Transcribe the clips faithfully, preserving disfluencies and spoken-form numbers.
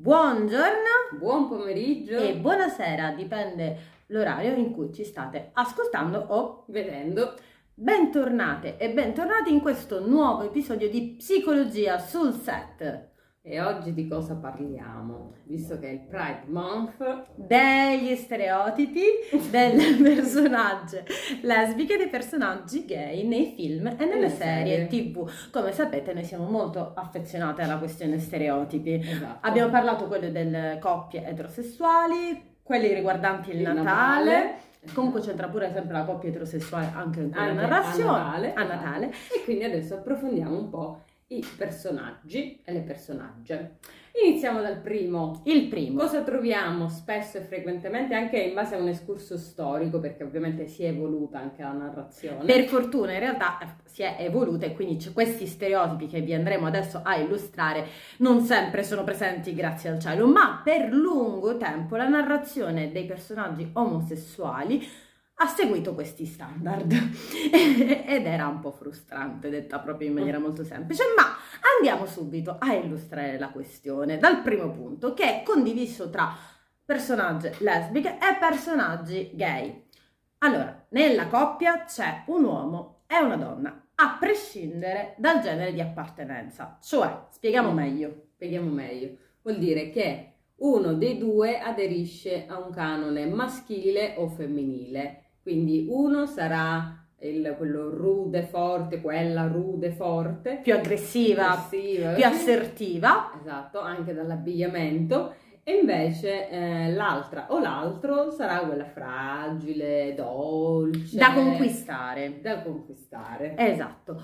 Buongiorno, buon pomeriggio e buonasera, dipende l'orario in cui ci state ascoltando o vedendo. Bentornate e bentornati in questo nuovo episodio di Psicologia sul set. E oggi di cosa parliamo? Visto che è il Pride Month, degli stereotipi delle personaggi lesbiche e dei personaggi gay nei film e nelle serie tivù. Come sapete, noi siamo molto affezionate alla questione stereotipi. Esatto. Abbiamo parlato quello delle coppie eterosessuali, quelli riguardanti il, il Natale. Natale. Comunque c'entra pure sempre la coppia eterosessuale anche in quella Anche narrazione a Natale, a Natale. Esatto. E quindi adesso approfondiamo un po' i personaggi e le personagge. Iniziamo dal primo. Il primo. Cosa troviamo spesso e frequentemente, anche in base a un escurso storico, perché ovviamente si è evoluta anche la narrazione. Per fortuna in realtà si è evoluta e quindi questi stereotipi che vi andremo adesso a illustrare non sempre sono presenti, grazie al cielo, ma per lungo tempo la narrazione dei personaggi omosessuali ha seguito questi standard ed era un po' frustrante, detta proprio in maniera molto semplice, ma andiamo subito a illustrare la questione dal primo punto, che è condiviso tra personaggi lesbiche e personaggi gay. Allora, nella coppia c'è un uomo e una donna, a prescindere dal genere di appartenenza. Cioè, spieghiamo meglio. Spieghiamo meglio. Vuol dire che uno dei due aderisce a un canone maschile o femminile. Quindi uno sarà il, quello rude, forte, quella rude, forte, più aggressiva, aggressiva più assertiva. Esatto, anche dall'abbigliamento. E invece eh, l'altra o l'altro sarà quella fragile, dolce, da conquistare. Da conquistare. Esatto.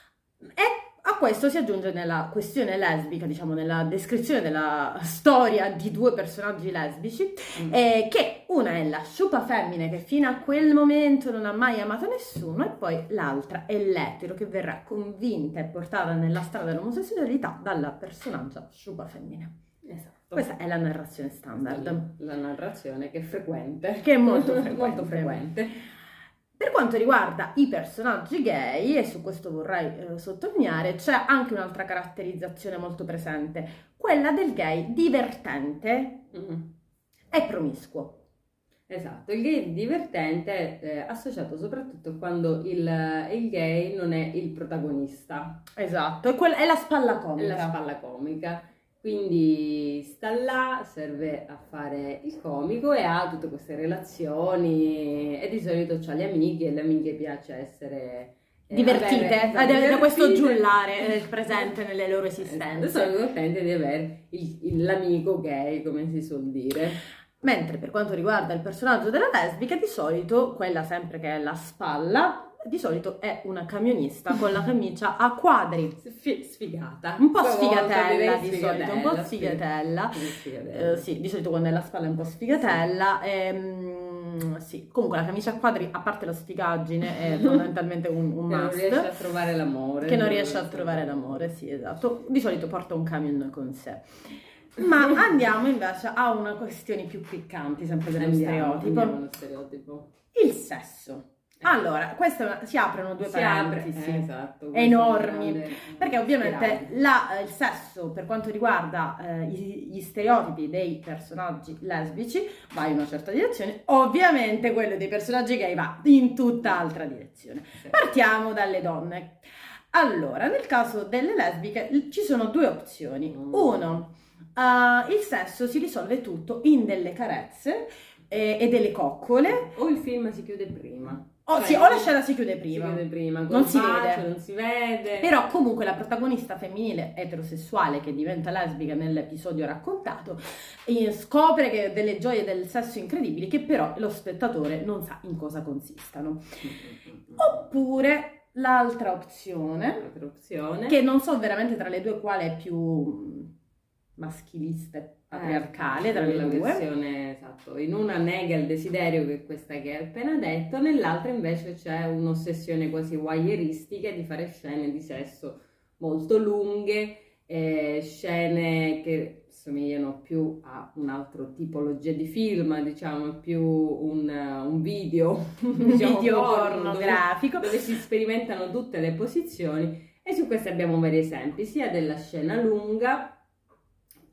E a questo si aggiunge nella questione lesbica, diciamo nella descrizione della storia di due personaggi lesbici, mm. eh, che una è la sciupa femmina che fino a quel momento non ha mai amato nessuno, e poi l'altra è l'etero che verrà convinta e portata nella strada dell'omosessualità dalla personaggio sciupa femmina. Esatto. Questa è la narrazione standard. La narrazione che è frequente. Che è molto frequente. molto frequente. Per quanto riguarda i personaggi gay, e su questo vorrei eh, sottolineare, c'è anche un'altra caratterizzazione molto presente, quella del gay divertente mm-hmm. e promiscuo. Esatto, il gay divertente è eh, associato soprattutto quando il, il gay non è il protagonista. Esatto, è, quella, è la spalla comica. È la spalla comica. Quindi sta là, serve a fare il comico e ha tutte queste relazioni e di solito c'ha le amiche e le amiche piace essere eh, divertite, avere, da, divertite. Da questo giullare presente nelle loro esistenze. Sono contente di avere l'amico gay, come si suol dire. Mentre per quanto riguarda il personaggio della lesbica, di solito, quella sempre che è la spalla, di solito è una camionista con la camicia a quadri. Sfigata. Un po' sfigatella di sfigatella, solito, un po' sfigatella. sfigatella. Eh, sì, di solito quando è la spalla è un po' sfigatella. Sì. Ehm, sì. Comunque la camicia a quadri, a parte la sfigaggine, è fondamentalmente un, un che must. non riesce a trovare l'amore. Che non riesce a trovare l'amore, sì, esatto. Di solito porta un camion con sé. Ma andiamo invece a una questione più piccanti, sempre dello andiamo, stereotipo. Andiamo stereotipo. Il sesso. Allora, questa si aprono due si parentesi apre, eh, esatto, enormi, perché ovviamente la, il sesso, per quanto riguarda eh, gli stereotipi dei personaggi lesbici, va in una certa direzione, ovviamente quello dei personaggi gay va in tutt'altra direzione. Sì. Partiamo dalle donne. Allora, nel caso delle lesbiche ci sono due opzioni. Mm. Uno, uh, il sesso si risolve tutto in delle carezze e, e delle coccole. O il film si chiude prima. Oh, cioè, sì, o la scena si chiude prima, si chiude prima non si bacio, vede, non si vede. Però comunque la protagonista femminile eterosessuale che diventa lesbica nell'episodio raccontato scopre che delle gioie del sesso incredibili che però lo spettatore non sa in cosa consistano. Oppure l'altra opzione, opzione, che non so veramente tra le due quale è più maschilista e patriarcale, eh, tra le due. Esatto. In una nega il desiderio, che è questa che hai appena detto, nell'altra invece c'è un'ossessione quasi voyeuristica di fare scene di sesso molto lunghe, eh, scene che somigliano più a un'altra tipologia di film, diciamo più un, un video, diciamo, video porno, pornografico, dove, dove si sperimentano tutte le posizioni, e su questo abbiamo vari esempi, sia della scena lunga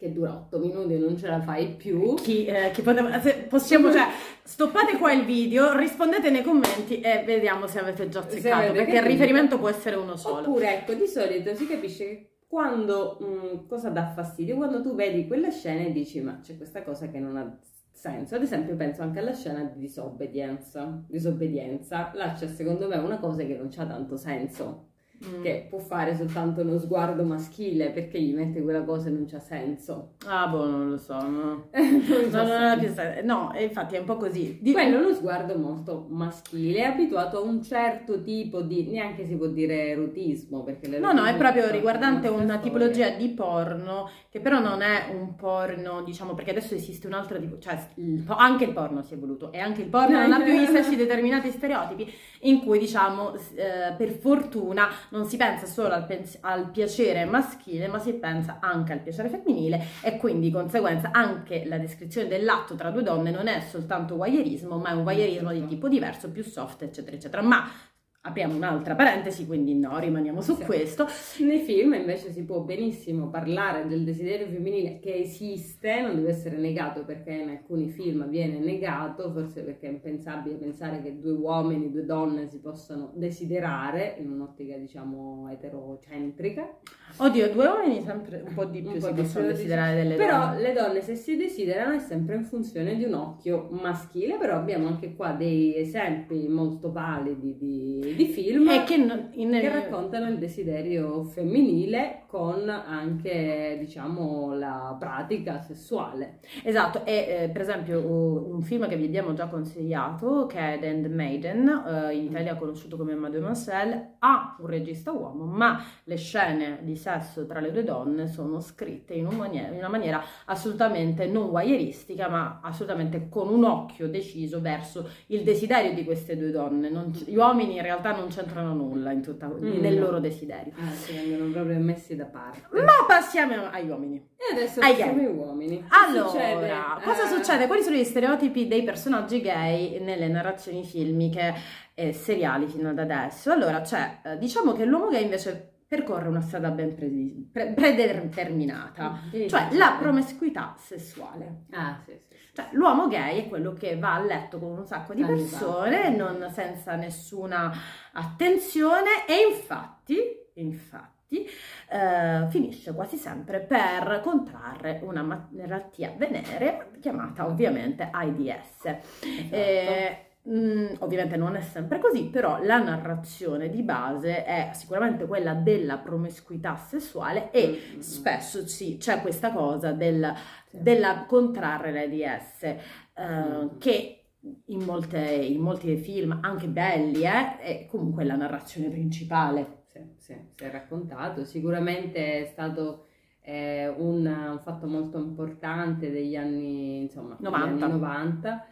che dura otto minuti, non ce la fai più. Chi, eh, chi poteva, se possiamo, cioè, stoppate qua il video, rispondete nei commenti e vediamo se avete già azzeccato, perché il riferimento può essere uno solo. Oppure, ecco, di solito si capisce che quando, mh, cosa dà fastidio? Quando tu vedi quella scena e dici, ma c'è questa cosa che non ha senso. Ad esempio, penso anche alla scena di disobbedienza. Disobbedienza. Là c'è secondo me una cosa che non c'ha tanto senso. Mm. Che può fare soltanto uno sguardo maschile, perché gli mette quella cosa e non c'ha senso. Ah, boh, non lo so, no. non non non più senso. No, infatti è un po' così. Di... Quello è uno sguardo molto maschile, è abituato a un certo tipo di, neanche si può dire erotismo, perché no, no, è proprio riguardante una tipologia di porno, che però non è un porno, diciamo, perché adesso esiste un altro tipo, cioè il, anche il porno si è evoluto, e anche il porno non ha più gli stessi determinati stereotipi, in cui, diciamo, eh, per fortuna non si pensa solo al, al piacere maschile, ma si pensa anche al piacere femminile, e quindi di conseguenza anche la descrizione dell'atto tra due donne non è soltanto voyeurismo, ma è un voyeurismo di tipo diverso, più soft, eccetera, eccetera. Ma apriamo un'altra parentesi, quindi no, rimaniamo su sì. questo. Nei film invece si può benissimo parlare del desiderio femminile che esiste, non deve essere negato, perché in alcuni film viene negato, forse perché è impensabile pensare che due uomini, due donne si possano desiderare in un'ottica, diciamo, eterocentrica. Oddio, due uomini sempre un po' di più un si possono desiderare delle però donne. Però le donne, se si desiderano, è sempre in funzione di un occhio maschile, però abbiamo anche qua dei esempi molto validi di, di film e che, non, in... che raccontano il desiderio femminile con anche, diciamo, la pratica sessuale. Esatto, e eh, per esempio un film che vi abbiamo già consigliato, che è The Handmaiden, eh, in Italia conosciuto come Mademoiselle, ha un regista uomo, ma le scene di sesso tra le due donne sono scritte in, un maniera, in una maniera assolutamente non voyeuristica, ma assolutamente con un occhio deciso verso il desiderio di queste due donne. Non, gli uomini in realtà non c'entrano nulla in tutta, mm. nel loro desiderio. Ah, si vengono proprio messi da parte. Ma passiamo agli uomini. E adesso passiamo ai uomini. Che allora, succede? cosa eh... succede? Quali sono gli stereotipi dei personaggi gay nelle narrazioni filmiche e seriali fino ad adesso? Allora, c'è, diciamo che l'uomo gay invece percorre una strada ben pre- pre- predeterminata, mm, cioè la promiscuità sessuale. Ah, sì, sì. Cioè, l'uomo gay è quello che va a letto con un sacco di persone, non, senza nessuna attenzione, e infatti, infatti eh, finisce quasi sempre per contrarre una malattia venerea chiamata ovviamente AIDS. Esatto. Eh, Mm, ovviamente non è sempre così, però la narrazione di base è sicuramente quella della promiscuità sessuale e mm-hmm. spesso sì, c'è questa cosa del, sì. della contrarre l'AIDS eh, mm-hmm. che in, molte, in molti film, anche belli, eh, è comunque la narrazione principale. Sì, sì, si è raccontato, sicuramente è stato eh, un, un fatto molto importante degli anni, insomma, novanta. Degli anni novanta.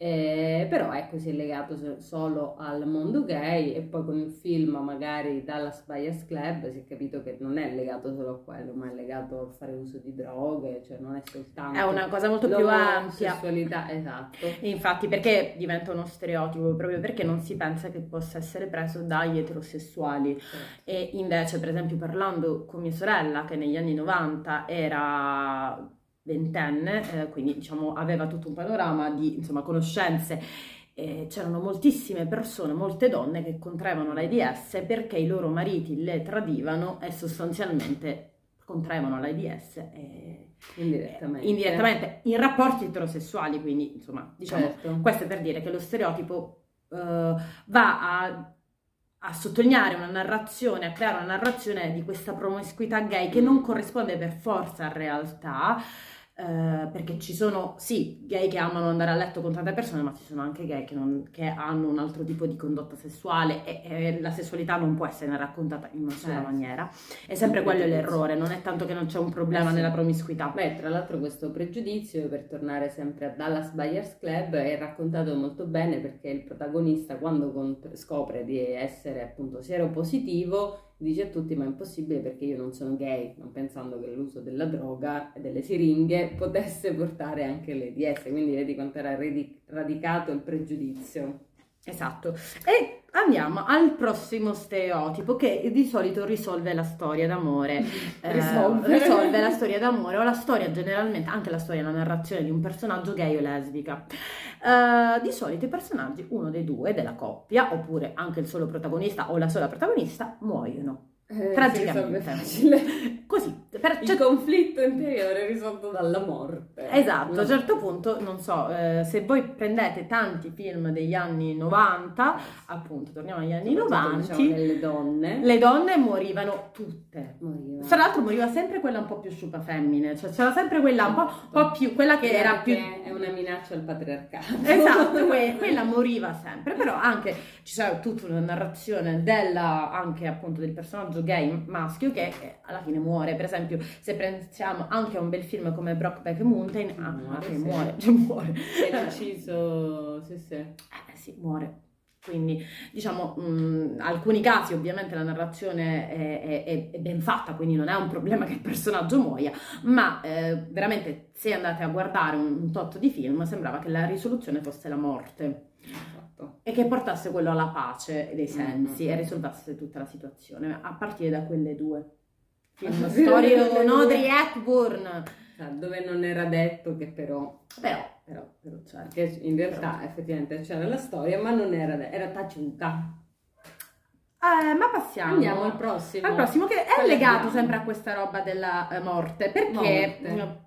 Eh, però ecco, si è legato so- solo al mondo gay, e poi con il film magari Dallas Buyers Club si è capito che non è legato solo a quello, ma è legato a fare uso di droghe, cioè non è soltanto è una cosa molto più ampia, sessualità, esatto. Infatti, perché diventa uno stereotipo? Proprio perché non si pensa che possa essere preso dagli eterosessuali. Certo. E invece, per esempio, parlando con mia sorella, che negli anni novanta era ventenne, eh, quindi diciamo aveva tutto un panorama di, insomma, conoscenze, eh, c'erano moltissime persone, molte donne che contraevano l'AIDS perché i loro mariti le tradivano e sostanzialmente contraevano l'AIDS e, indirettamente. Eh, indirettamente in rapporti eterosessuali, quindi insomma diciamo certo. Questo è per dire che lo stereotipo eh, va a a sottolineare una narrazione, a creare una narrazione di questa promiscuità gay che non corrisponde per forza a realtà, eh, perché ci sono, sì, gay che amano andare a letto con tante persone, ma ci sono anche gay che, non, che hanno un altro tipo di condotta sessuale e, e la sessualità non può essere raccontata in una sola certo. maniera. È sempre quello l'errore, non è tanto che non c'è un problema eh sì. nella promiscuità. Beh, tra l'altro questo pregiudizio, per tornare sempre a Dallas Buyers Club, è raccontato molto bene perché il protagonista, quando cont- scopre di essere appunto seropositivo, dice a tutti: ma è impossibile perché io non sono gay, non pensando che l'uso della droga e delle siringhe potesse portare anche l'AIDS, quindi vedi quanto era radicato il pregiudizio. Esatto. E andiamo al prossimo stereotipo che di solito risolve la storia d'amore. Eh, Risolve. risolve la storia d'amore o la storia generalmente, anche la storia, la narrazione di un personaggio gay o lesbica. Eh, di solito i personaggi, uno dei due della coppia, oppure anche il solo protagonista o la sola protagonista, muoiono. Eh, Tragicamente. si risolve facile. Così. Per, Il conflitto interiore risolto dalla morte. Esatto, a La un certo morte. punto, non so, eh, se voi prendete tanti film degli anni novanta, appunto, torniamo agli anni Soprattutto, novanta, diciamo, delle donne. le donne morivano tutte. Morivano. Tra l'altro moriva sempre quella un po' più sciupa femmine, cioè c'era sempre quella un po', un po' più, quella che era più... Perché è una minaccia al patriarcato. Esatto, que- quella moriva sempre, però anche ci c'è tutta una narrazione della, anche appunto del personaggio gay maschio che eh, alla fine muore. Per esempio, se pensiamo anche a un bel film come Brokeback Mountain, ah, Muore, alla fine sì. muore, cioè muore. Viene ucciso, sì sì. Eh sì, muore. Quindi, diciamo, in alcuni casi ovviamente la narrazione è, è- è ben fatta, quindi non è un problema che il personaggio muoia, ma eh, veramente se andate a guardare un, un tot di film sembrava che la risoluzione fosse la morte Esatto. e che portasse quello alla pace dei sensi Mm-hmm. e risolvasse tutta la situazione, a partire da quelle due. Film A storico partire da con quelle Audrey due. Hepburn. Dove non era detto che però, Però, però, però c'è. che in realtà effettivamente c'era la storia, ma non era, de- era taciuta. Eh, ma passiamo Andiamo al prossimo. al prossimo, che è Quale legato abbiamo? sempre a questa roba della eh, morte, perché Morte.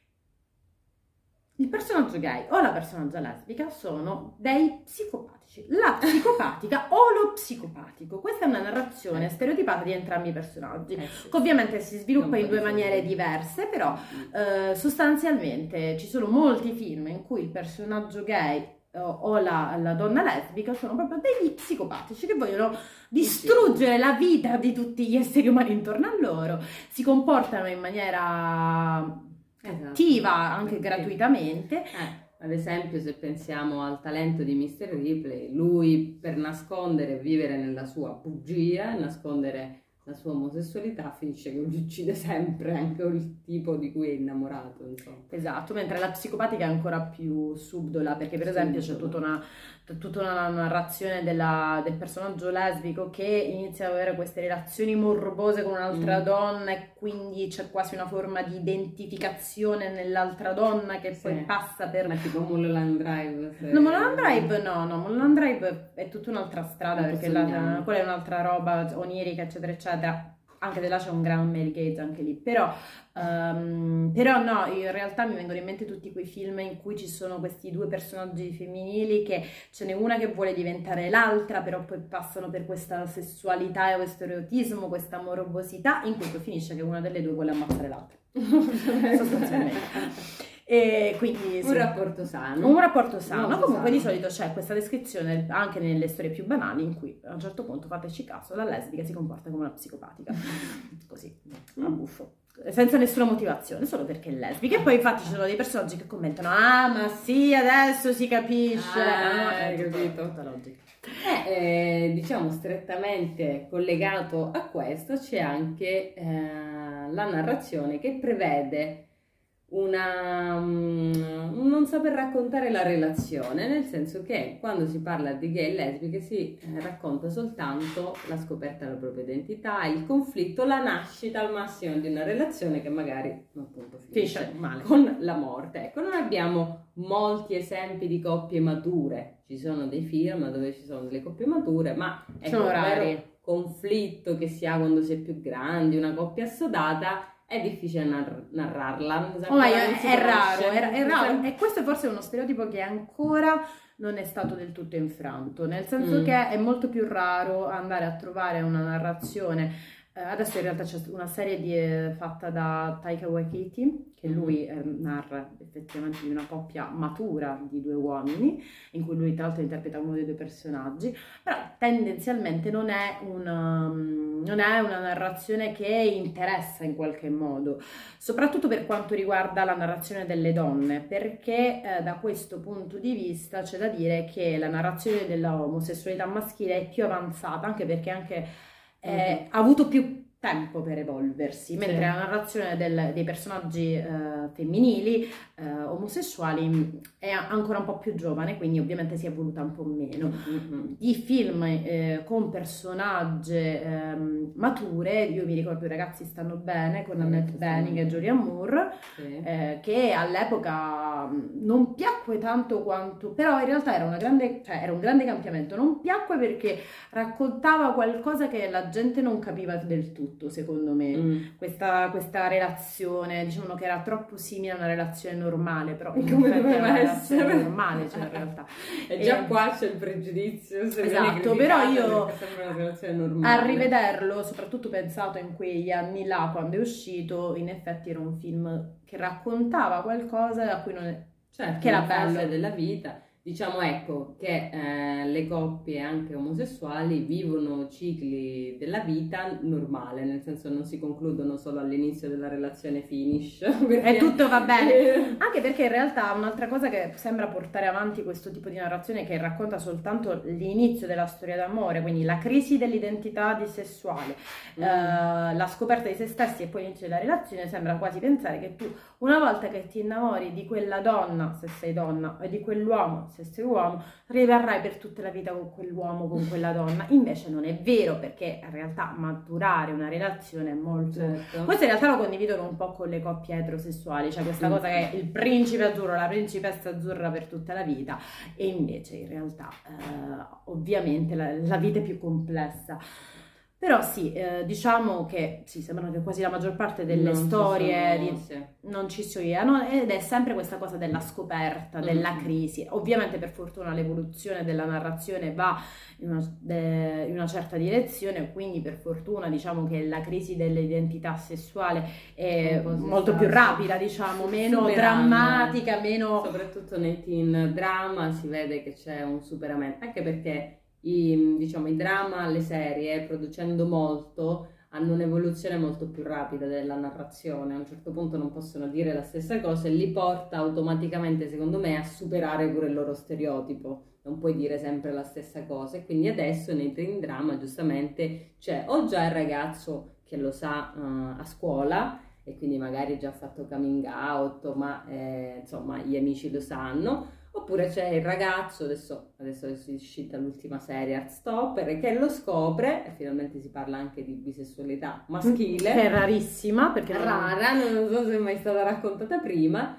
il personaggio gay o la personaggia lesbica sono dei psicopatici. La psicopatica o lo psicopatico. Questa è una narrazione Eh. stereotipata di entrambi i personaggi. Eh sì. Che ovviamente si sviluppa Non in due può maniere essere. diverse, però eh, sostanzialmente ci sono molti film in cui il personaggio gay eh, o la, la donna lesbica sono proprio degli psicopatici che vogliono distruggere la vita di tutti gli esseri umani intorno a loro, si comportano in maniera Esatto. cattiva, anche Sì. gratuitamente. Eh, ad esempio, se pensiamo al talento di mister Ripley, lui per nascondere, vivere nella sua bugia, nascondere la sua omosessualità, finisce che uccide sempre anche il tipo di cui è innamorato, insomma. Esatto, mentre la psicopatica è ancora più subdola, perché per esempio c'è tutta una, tutta una narrazione della- del personaggio lesbico che inizia ad avere queste relazioni morbose con un'altra Mm. donna e quindi c'è quasi una forma di identificazione nell'altra donna che Sì. poi passa per... Ma tipo Mulholland Drive. se- No, Mulholland Drive no, no, Mulholland Drive è tutta un'altra strada, Un perché po' la- sognante. quella è un'altra roba onirica, eccetera, eccetera. Anche di là c'è un gran Mary Gates anche lì, però, ehm, però no, in realtà mi vengono in mente tutti quei film in cui ci sono questi due personaggi femminili che ce n'è una che vuole diventare l'altra, però poi passano per questa sessualità e questo erotismo, questa morbosità, in cui poi finisce che una delle due vuole ammazzare l'altra, sostanzialmente. E quindi sì. Un rapporto sano. Un rapporto sano. Molto Comunque di sano. solito c'è questa descrizione anche nelle storie più banali in cui a un certo punto, fateci caso, la lesbica si comporta come una psicopatica, così, a buffo, senza nessuna motivazione, solo perché è lesbica. E poi infatti ci sono dei personaggi che commentano: ah, ma sì, adesso si capisce. Ah, Ah, hai è tutta- capito. tutta logica. Eh, eh, diciamo strettamente collegato a questo c'è anche eh, la narrazione che prevede una, mm, un non saper raccontare la relazione, nel senso che quando si parla di gay e lesbiche si eh, racconta soltanto la scoperta della propria identità, il conflitto, la nascita al massimo di una relazione che magari appunto finisce Finisce male. con la morte. Ecco, non abbiamo molti esempi di coppie mature, ci sono dei film dove ci sono delle coppie mature, ma ecco, Sono il vero rari. conflitto che si ha quando si è più grandi, una coppia assodata, è difficile nar- narrarla. Oh, ma Non si è, è conosce. raro, è, è raro, e questo è forse uno stereotipo che ancora non è stato del tutto infranto, nel senso Mm. che è molto più raro andare a trovare una narrazione. Eh, adesso in realtà c'è una serie di, eh, fatta da Taika Waititi, che lui eh, narra effettivamente di una coppia matura di due uomini, in cui lui tra l'altro interpreta uno dei due personaggi, però tendenzialmente non è una, non è una narrazione che interessa in qualche modo, soprattutto per quanto riguarda la narrazione delle donne, perché eh, da questo punto di vista c'è da dire che la narrazione dell'omosessualità maschile è più avanzata, anche perché anche eh, Mhm. ha avuto più tempo per evolversi, mentre Sì. la narrazione del- dei personaggi eh, femminili eh, omosessuali è ancora un po' più giovane, quindi ovviamente si è voluta un po' meno. Mm-hmm. Di film eh, con personaggi ehm, mature, io mi ricordo I ragazzi stanno bene con Annette Bening e Julianne Moore, sì. eh, che all'epoca non piacque tanto quanto, però in realtà era, una grande, cioè, era un grande cambiamento, non piacque perché raccontava qualcosa che la gente non capiva del tutto, secondo me. Mm. Questa, questa relazione, diciamo che era troppo simile a una relazione normale, però in come effetti doveva era una essere relazione normale, cioè in realtà. E già e... qua c'è il pregiudizio, se esatto, però io sembra una relazione normale. A rivederlo, soprattutto pensato in quegli anni là quando è uscito, in effetti era un film che raccontava qualcosa a cui non è... certo, che era bello della vita. Diciamo, ecco, che eh, le coppie anche omosessuali vivono cicli della vita normale, nel senso non si concludono solo all'inizio della relazione finish. E tutto va bene. Anche perché in realtà un'altra cosa che sembra portare avanti questo tipo di narrazione, che racconta soltanto l'inizio della storia d'amore, quindi la crisi dell'identità di sessuale, mm. eh, la scoperta di se stessi e poi l'inizio della relazione, sembra quasi pensare che tu, una volta che ti innamori di quella donna, se sei donna, e di quell'uomo, se sei uomo, rimarrai per tutta la vita con quell'uomo, con quella donna. Invece non è vero, perché in realtà maturare una relazione è molto... certo. Questo in realtà lo condividono un po' con le coppie eterosessuali, cioè questa cosa che è il principe azzurro, la principessa azzurra per tutta la vita, e invece in realtà eh, ovviamente la, la vita è più complessa. Però sì, eh, diciamo che sì, sembra che quasi la maggior parte delle non storie ci sono, di, sì. non ci siano, ed è sempre questa cosa della scoperta, della mm. crisi. Ovviamente per fortuna l'evoluzione della narrazione va in una, de, in una certa direzione, quindi per fortuna diciamo che la crisi dell'identità sessuale è molto più rapida, diciamo, meno drammatica, meno... Soprattutto nei teen drama si vede che c'è un superamento, anche perché I, diciamo, i drama, le serie, producendo molto, hanno un'evoluzione molto più rapida della narrazione. A un certo punto non possono dire la stessa cosa e li porta automaticamente, secondo me, a superare pure il loro stereotipo. Non puoi dire sempre la stessa cosa. E quindi adesso nei teen drama, giustamente, c'è o già il ragazzo che lo sa uh, a scuola e quindi magari già ha fatto coming out, ma eh, insomma gli amici lo sanno. Oppure c'è il ragazzo, adesso, adesso è uscita l'ultima serie, Heartstopper, che lo scopre, e finalmente si parla anche di bisessualità maschile. Che è rarissima, perché rara, non so se è mai stata raccontata prima,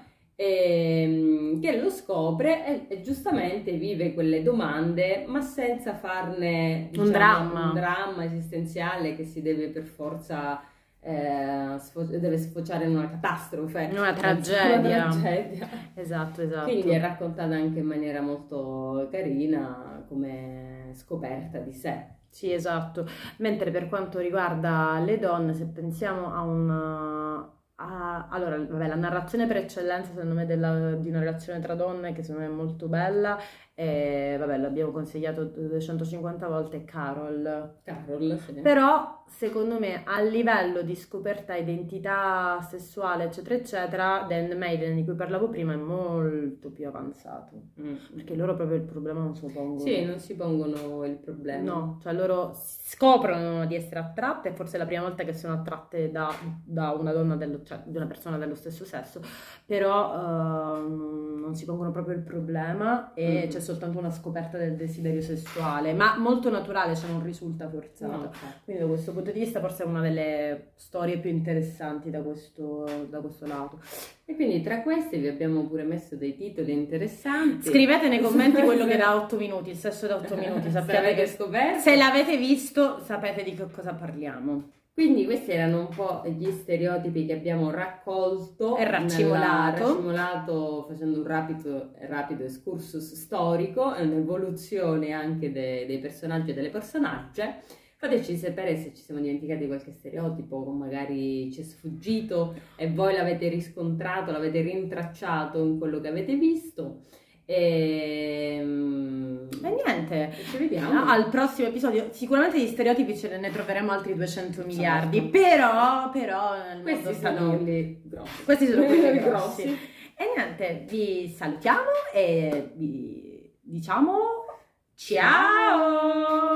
e, che lo scopre e, e giustamente vive quelle domande, ma senza farne diciamo, un dramma. un dramma esistenziale che si deve per forza... Eh, sfo- deve sfociare in una catastrofe, in una tragedia. una tragedia. Esatto, esatto. Quindi è raccontata anche in maniera molto carina come scoperta di sé. Sì, esatto. Mentre per quanto riguarda le donne, se pensiamo a una... A, allora, vabbè, la narrazione per eccellenza secondo me della, di una relazione tra donne, che secondo me è molto bella, e vabbè, l'abbiamo consigliato duecentocinquanta volte, Carol. Carol, sì. Però secondo me a livello di scoperta identità sessuale eccetera eccetera, The Handmaiden di cui parlavo prima è molto più avanzato, mm. perché loro proprio il problema non si pongono. Sì, non si pongono il problema. No, cioè loro scoprono di essere attratte, forse è la prima volta che sono attratte da, da una donna, dello, cioè di una persona dello stesso sesso, però uh, non si pongono proprio il problema e mm. c'è soltanto una scoperta del desiderio sessuale, ma molto naturale, cioè non risulta forzato. No, okay. Quindi da questo punto di vista forse è una delle storie più interessanti da questo, da questo lato. E quindi tra questi vi abbiamo pure messo dei titoli interessanti. Scrivete nei commenti quello che da otto minuti, il sesso da otto minuti, sappiate che scoperto. Se l'avete visto sapete di che cosa parliamo. Quindi questi erano un po' gli stereotipi che abbiamo raccolto e raccimolato, nella, raccimolato facendo un rapido, rapido excursus storico, un'evoluzione anche de, dei personaggi e delle personagge. Fateci sapere se ci siamo dimenticati di qualche stereotipo, o magari ci è sfuggito e voi l'avete riscontrato, l'avete rintracciato in quello che avete visto. E, e niente, ci vediamo al prossimo episodio. Sicuramente di stereotipi ce ne troveremo altri duecento miliardi, però, però questi sono quelli grossi. Questi sono quelli grossi. E niente, vi salutiamo e vi diciamo ciao!